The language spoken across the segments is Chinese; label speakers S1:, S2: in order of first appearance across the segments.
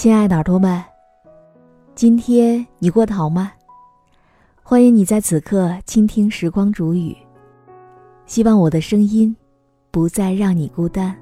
S1: 亲爱的耳朵们，今天你过得好吗？欢迎你在此刻倾听时光煮雨，希望我的声音不再让你孤单。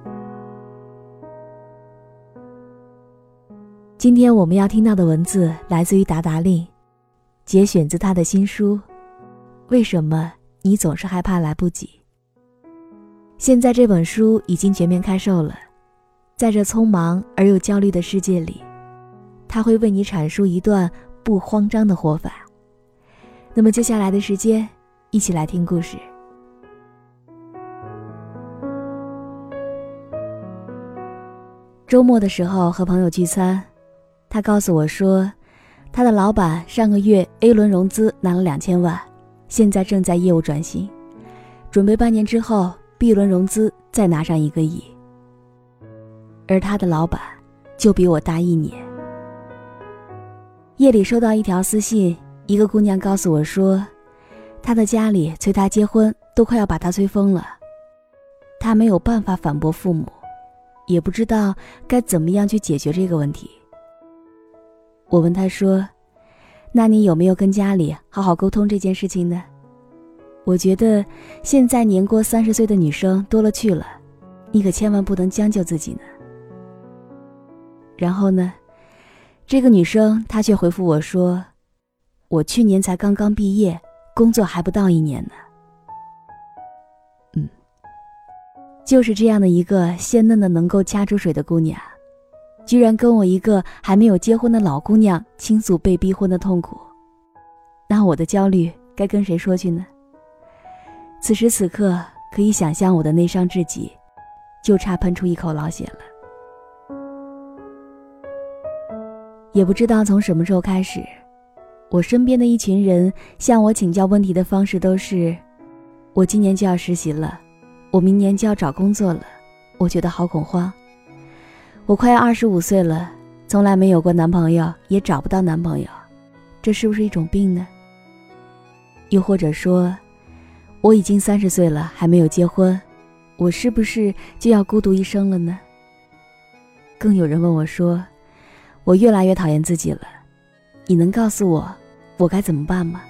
S1: 今天我们要听到的文字来自于达达令，节选自他的新书《为什么你总是害怕来不及》。现在这本书已经全面开售了，在这匆忙而又焦虑的世界里，他会为你阐述一段不慌张的活法。那么接下来的时间，一起来听故事。周末的时候和朋友聚餐，他告诉我说，他的老板上个月 A 轮融资拿了2000万，现在正在业务转型，准备半年之后 B 轮融资再拿上1个亿。而他的老板就比我大1年。夜里收到一条私信，一个姑娘告诉我说，她的家里催她结婚都快要把她催疯了，她没有办法反驳父母，也不知道该怎么样去解决这个问题。我问她说，那你有没有跟家里好好沟通这件事情呢？我觉得现在年过30岁的女生多了去了，你可千万不能将就自己呢。然后呢，这个女生她却回复我说，我去年才刚刚毕业，工作还不到1年呢。就是这样的一个鲜嫩的能够掐住水的姑娘，居然跟我一个还没有结婚的老姑娘倾诉被逼婚的痛苦，那我的焦虑该跟谁说去呢？此时此刻可以想象我的内伤至极，就差喷出一口老血了。也不知道从什么时候开始，我身边的一群人向我请教问题的方式都是，我今年就要实习了，我明年就要找工作了，我觉得好恐慌，我快要25岁了，从来没有过男朋友，也找不到男朋友，这是不是一种病呢？又或者说，我已经30岁了，还没有结婚，我是不是就要孤独一生了呢？更有人问我说，我越来越讨厌自己了，你能告诉我，我该怎么办吗？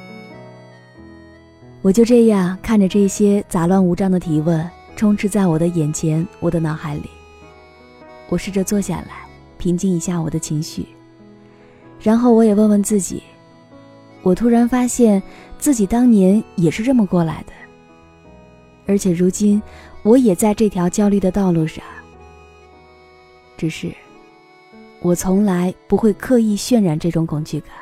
S1: 我就这样看着这些杂乱无章的提问充斥在我的眼前，我的脑海里。我试着坐下来，平静一下我的情绪，然后我也问问自己，我突然发现自己当年也是这么过来的，而且如今我也在这条焦虑的道路上，只是我从来不会刻意渲染这种恐惧感。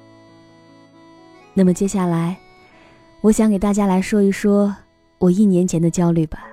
S1: 那么接下来，我想给大家来说一说我1年前的焦虑吧。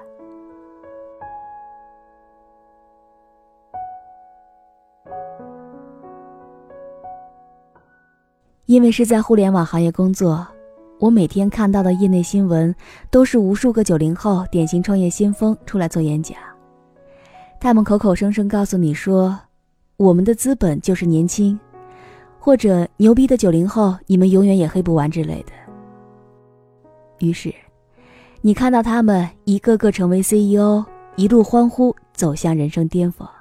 S1: 因为是在互联网行业工作，我每天看到的业内新闻都是无数个90后典型创业先锋出来做演讲，他们口口声声告诉你说，我们的资本就是年轻，或者牛逼的90后你们永远也黑不完之类的。于是你看到他们一个个成为 CEO， 一路欢呼走向人生巅峰。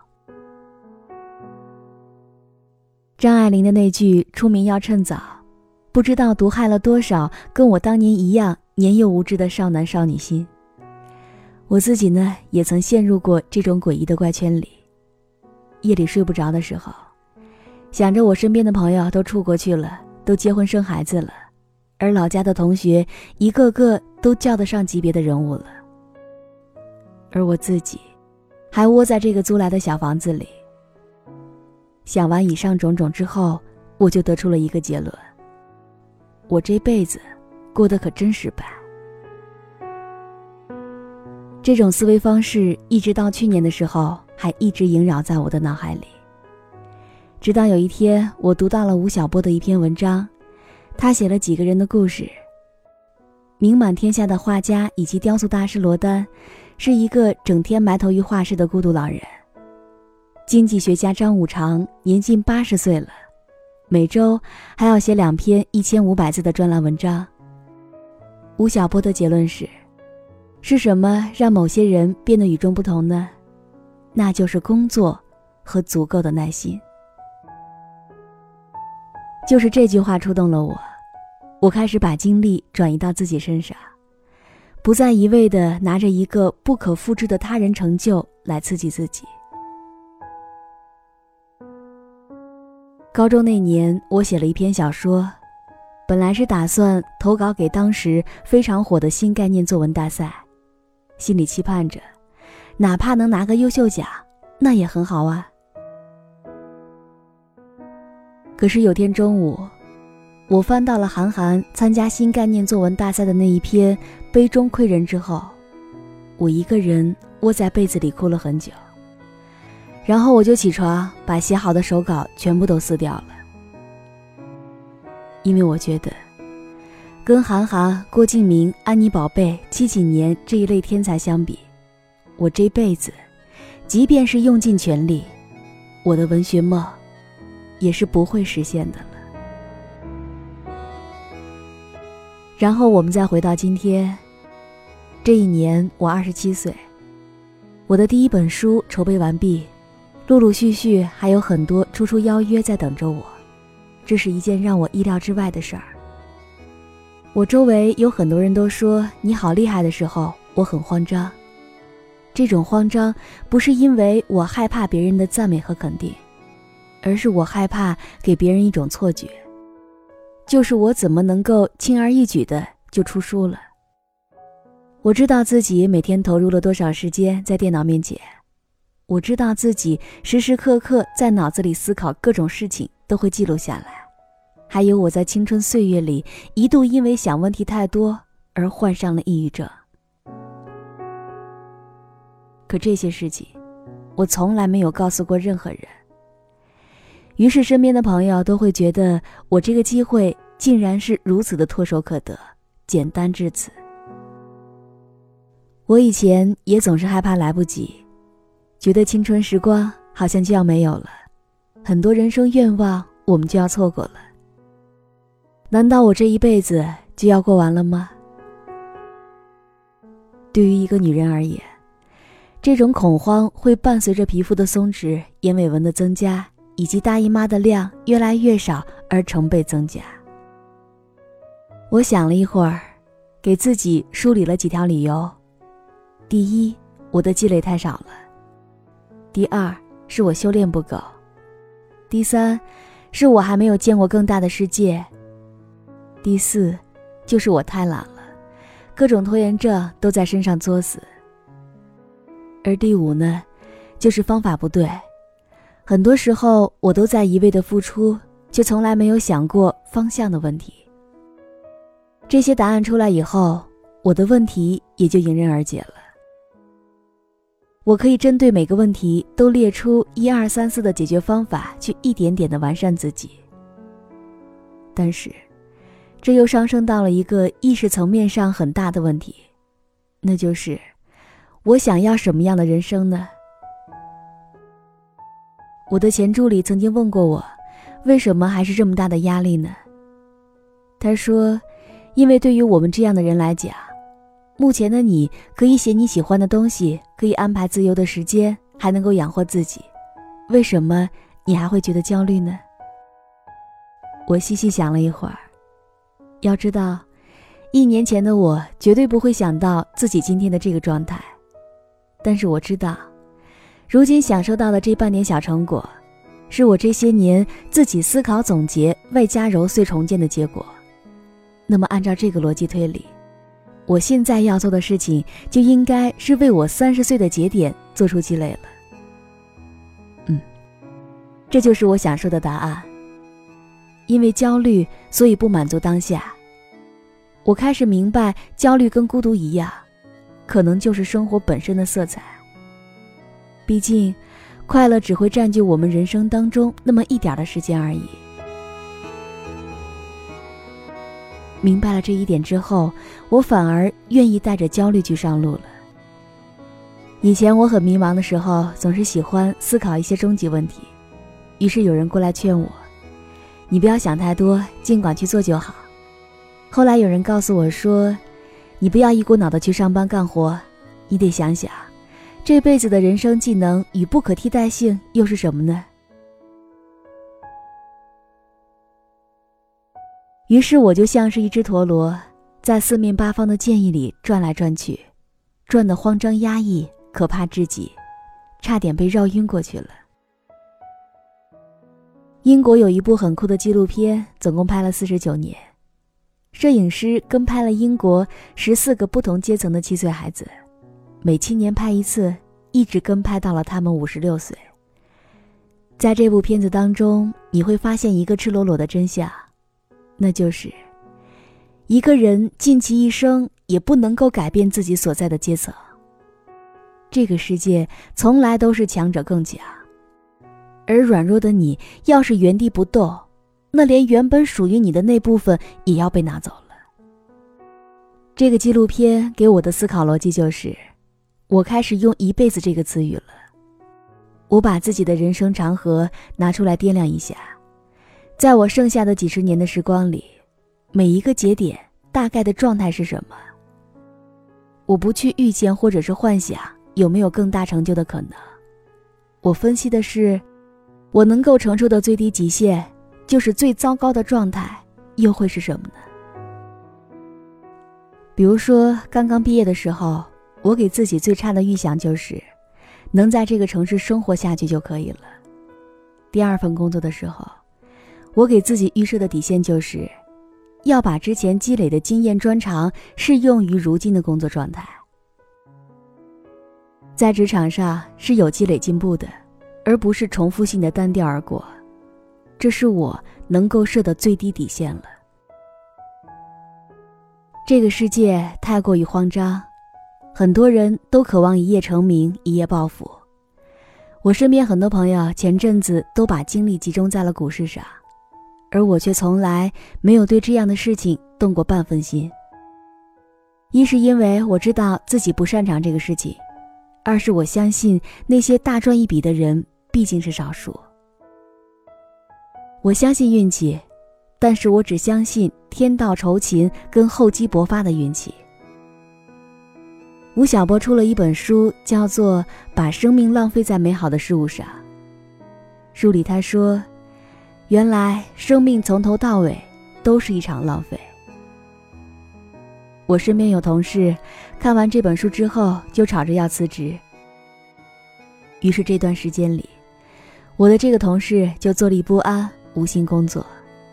S1: 张爱玲的那句出名要趁早，不知道毒害了多少跟我当年一样年幼无知的少男少女心。我自己呢，也曾陷入过这种诡异的怪圈里。夜里睡不着的时候，想着我身边的朋友都出国去了，都结婚生孩子了，而老家的同学一个个都叫得上级别的人物了，而我自己还窝在这个租来的小房子里。想完以上种种之后，我就得出了一个结论，我这辈子过得可真失败。这种思维方式一直到去年的时候还一直萦绕在我的脑海里，直到有一天我读到了吴晓波的一篇文章，他写了几个人的故事。名满天下的画家以及雕塑大师罗丹是一个整天埋头于画室的孤独老人，经济学家张五常年近80岁了，每周还要写2篇1500字的专栏文章。吴晓波的结论是什么让某些人变得与众不同呢？那就是工作和足够的耐心。就是这句话触动了我，我开始把精力转移到自己身上，不再一味地拿着一个不可复制的他人成就来刺激自己。高中那年，我写了一篇小说，本来是打算投稿给当时非常火的新概念作文大赛，心里期盼着哪怕能拿个优秀奖，那也很好啊。可是有天中午，我翻到了韩寒参加新概念作文大赛的那一篇《杯中窥人》之后，我一个人窝在被子里哭了很久，然后我就起床把写好的手稿全部都撕掉了。因为我觉得跟韩寒、郭敬明、安妮宝贝、七几年这一类天才相比，我这辈子即便是用尽全力，我的文学梦也是不会实现的了。然后我们再回到今天，这一年我27岁，我的第一本书筹备完毕，陆陆续续还有很多出书邀约在等着我，这是一件让我意料之外的事儿。我周围有很多人都说你好厉害的时候，我很慌张。这种慌张不是因为我害怕别人的赞美和肯定，而是我害怕给别人一种错觉，就是我怎么能够轻而易举的就出书了。我知道自己每天投入了多少时间在电脑面前，我知道自己时时刻刻在脑子里思考各种事情都会记录下来，还有我在青春岁月里一度因为想问题太多而患上了抑郁症。可这些事情我从来没有告诉过任何人，于是身边的朋友都会觉得我这个机会竟然是如此的唾手可得，简单至此。我以前也总是害怕来不及，觉得青春时光好像就要没有了，很多人生愿望我们就要错过了。难道我这一辈子就要过完了吗？对于一个女人而言，这种恐慌会伴随着皮肤的松弛、眼尾纹的增加，以及大姨妈的量越来越少而成倍增加。我想了一会儿，给自己梳理了几条理由。第一，我的积累太少了；第二，是我修炼不够；第三，是我还没有见过更大的世界；第四，就是我太懒了，各种拖延症都在身上作死。而第五呢，就是方法不对。很多时候我都在一味的付出，却从来没有想过方向的问题。这些答案出来以后，我的问题也就迎刃而解了。我可以针对每个问题都列出1、2、3、4的解决方法，去一点点的完善自己。但是这又上升到了一个意识层面上很大的问题，那就是我想要什么样的人生呢？我的前助理曾经问过我，为什么还是这么大的压力呢？他说，因为对于我们这样的人来讲，目前的你可以写你喜欢的东西，可以安排自由的时间，还能够养活自己，为什么你还会觉得焦虑呢？我细细想了一会儿，要知道1年前的我绝对不会想到自己今天的这个状态，但是我知道如今享受到的这半点小成果，是我这些年自己思考总结外加揉碎重建的结果。那么按照这个逻辑推理，我现在要做的事情就应该是为我30岁的节点做出积累了。这就是我想说的答案。因为焦虑，所以不满足当下。我开始明白，焦虑跟孤独一样，可能就是生活本身的色彩。毕竟，快乐只会占据我们人生当中那么一点的时间而已。明白了这一点之后，我反而愿意带着焦虑去上路了。以前我很迷茫的时候，总是喜欢思考一些终极问题，于是有人过来劝我，你不要想太多，尽管去做就好。后来有人告诉我说，你不要一股脑的去上班干活，你得想想， 这辈子的人生技能与不可替代性又是什么呢？于是我就像是一只陀螺，在四面八方的建议里转来转去，转得慌张压抑，可怕至极，差点被绕晕过去了。英国有一部很酷的纪录片，总共拍了49年，摄影师跟拍了英国14个不同阶层的7岁孩子，每7年拍一次，一直跟拍到了他们56岁。在这部片子当中，你会发现一个赤裸裸的真相，那就是一个人尽其一生也不能够改变自己所在的阶层。这个世界从来都是强者更强，而软弱的你要是原地不动，那连原本属于你的那部分也要被拿走了。这个纪录片给我的思考逻辑就是，我开始用一辈子这个词语了。我把自己的人生长河拿出来掂量一下，在我剩下的几十年的时光里，每一个节点大概的状态是什么？我不去预见或者是幻想有没有更大成就的可能，我分析的是我能够承受的最低极限，就是最糟糕的状态又会是什么呢？比如说刚刚毕业的时候，我给自己最差的预想就是能在这个城市生活下去就可以了。第2份工作的时候，我给自己预设的底线就是要把之前积累的经验专长适用于如今的工作状态。在职场上是有积累进步的，而不是重复性的单调而过，这是我能够设的最低底线了。这个世界太过于慌张，很多人都渴望一夜成名，一夜暴富。我身边很多朋友前阵子都把精力集中在了股市上，而我却从来没有对这样的事情动过半分心。一是因为我知道自己不擅长这个事情，二是我相信那些大赚一笔的人毕竟是少数。我相信运气，但是我只相信天道酬勤跟厚积薄发的运气。吴晓波出了一本书，叫做《把生命浪费在美好的事物上》。书里他说，原来生命从头到尾都是一场浪费。我身边有同事看完这本书之后就吵着要辞职，于是这段时间里，我的这个同事就坐立不安，无心工作。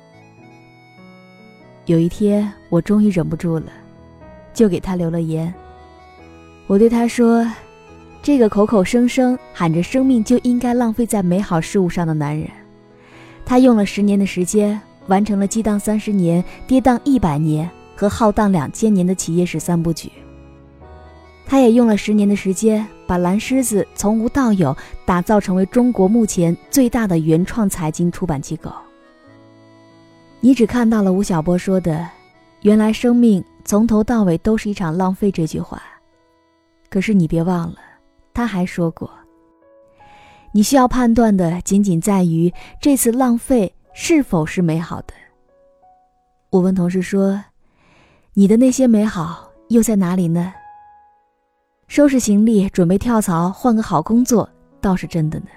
S1: 有一天我终于忍不住了，就给他留了言。我对他说，这个口口声声喊着生命就应该浪费在美好事物上的男人，他用了10年的时间完成了激荡30年、跌宕100年和浩荡2000年的企业史3部曲。他也用了10年的时间把蓝狮子从无到有打造成为中国目前最大的原创财经出版机构。你只看到了吴晓波说的原来生命从头到尾都是一场浪费这句话，可是你别忘了，他还说过，你需要判断的仅仅在于这次浪费是否是美好的。我问同事说，你的那些美好又在哪里呢？收拾行李准备跳槽换个好工作倒是真的呢。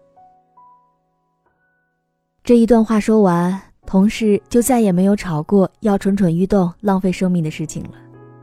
S1: 这一段话说完，同事就再也没有吵过要蠢蠢欲动浪费生命的事情了。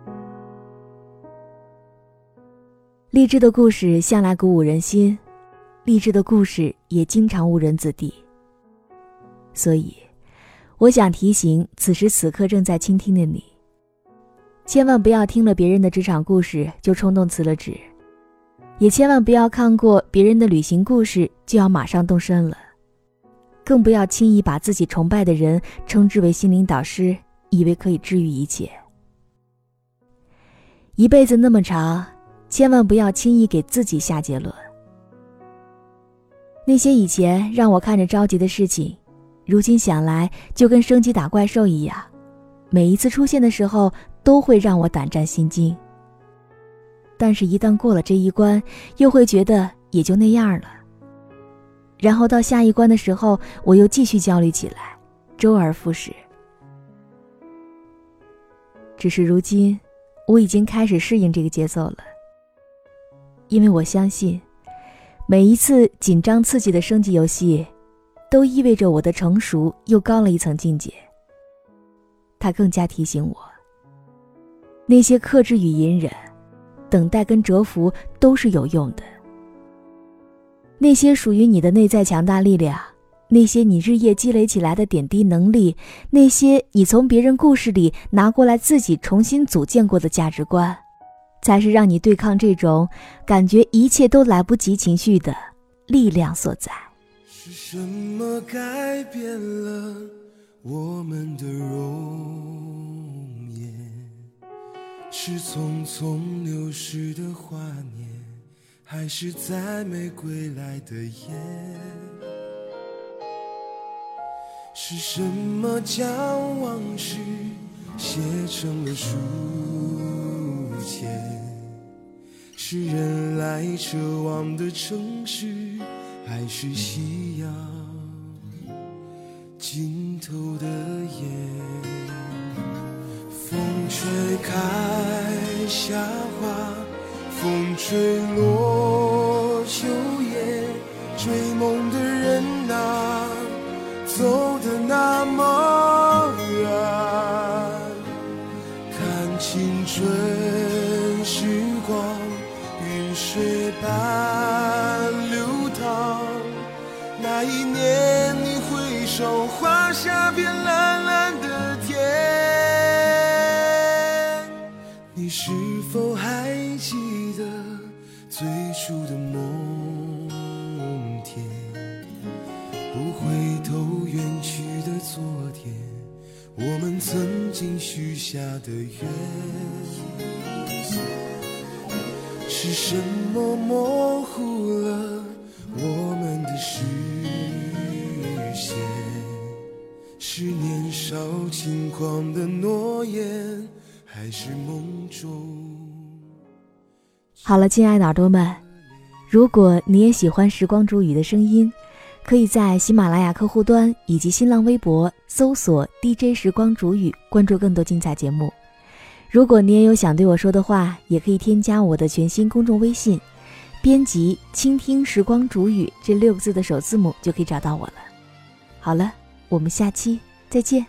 S1: 励志的故事向来鼓舞人心，励志的故事也经常误人子弟。所以我想提醒此时此刻正在倾听的你，千万不要听了别人的职场故事就冲动辞了职，也千万不要看过别人的旅行故事就要马上动身了，更不要轻易把自己崇拜的人称之为心灵导师，以为可以治愈一切。一辈子那么长，千万不要轻易给自己下结论。那些以前让我看着着急的事情，如今想来就跟升级打怪兽一样，每一次出现的时候都会让我胆战心惊。但是一旦过了这一关，又会觉得也就那样了。然后到下一关的时候，我又继续焦虑起来，周而复始。只是如今，我已经开始适应这个节奏了。 因为我相信，每一次紧张刺激的升级游戏，都意味着我的成熟又高了一层境界。它更加提醒我，那些克制与隐忍，等待跟蛰伏都是有用的。那些属于你的内在强大力量，那些你日夜积累起来的点滴能力，那些你从别人故事里拿过来自己重新组建过的价值观，才是让你对抗这种感觉一切都来不及情绪的力量所在。
S2: 是什么改变了我们的容颜？是匆匆流逝的华年，还是再没归来的夜？是什么将往事写成了书签？是人来车往的城市，还是夕阳尽头的夜？风吹开夏花，风吹落秋叶，追梦的人啊，走得那么远，看青春时光云水般流淌。那一年你挥手画下片蓝蓝的天，你是否还记得最初的梦田？不回头远去的昨天，我们曾经许下的愿。是什么模糊了我们的视线？是年少轻狂的诺言，还是梦中？
S1: 好了，亲爱的耳朵们，如果你也喜欢时光煮雨的声音，可以在喜马拉雅客户端以及新浪微博搜索 DJ 时光煮雨，关注更多精彩节目。如果你也有想对我说的话，也可以添加我的全新公众微信，编辑倾听时光煮雨这6个字的首字母就可以找到我了。好了，我们下期再见。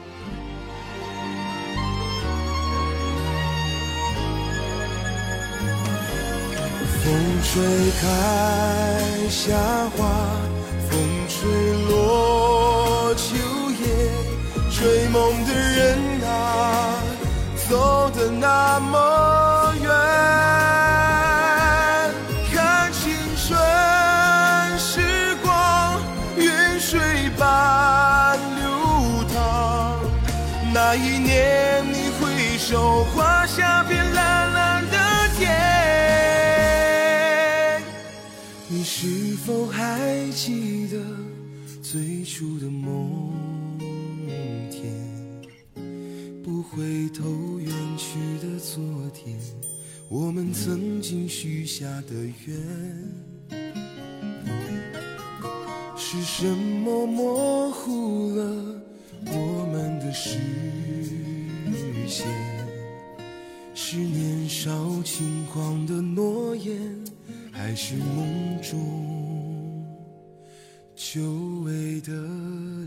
S2: 风吹开夏花，风吹落秋叶，追梦的人啊，走得那么远，看青春时光云水般流淌。那一年你挥手画下片蓝蓝的天，你是否还记得最初的梦田？不回头远去的昨天，我们曾经许下的愿。是什么模糊了我们的视线？是年少轻狂的诺言，还是梦中久违的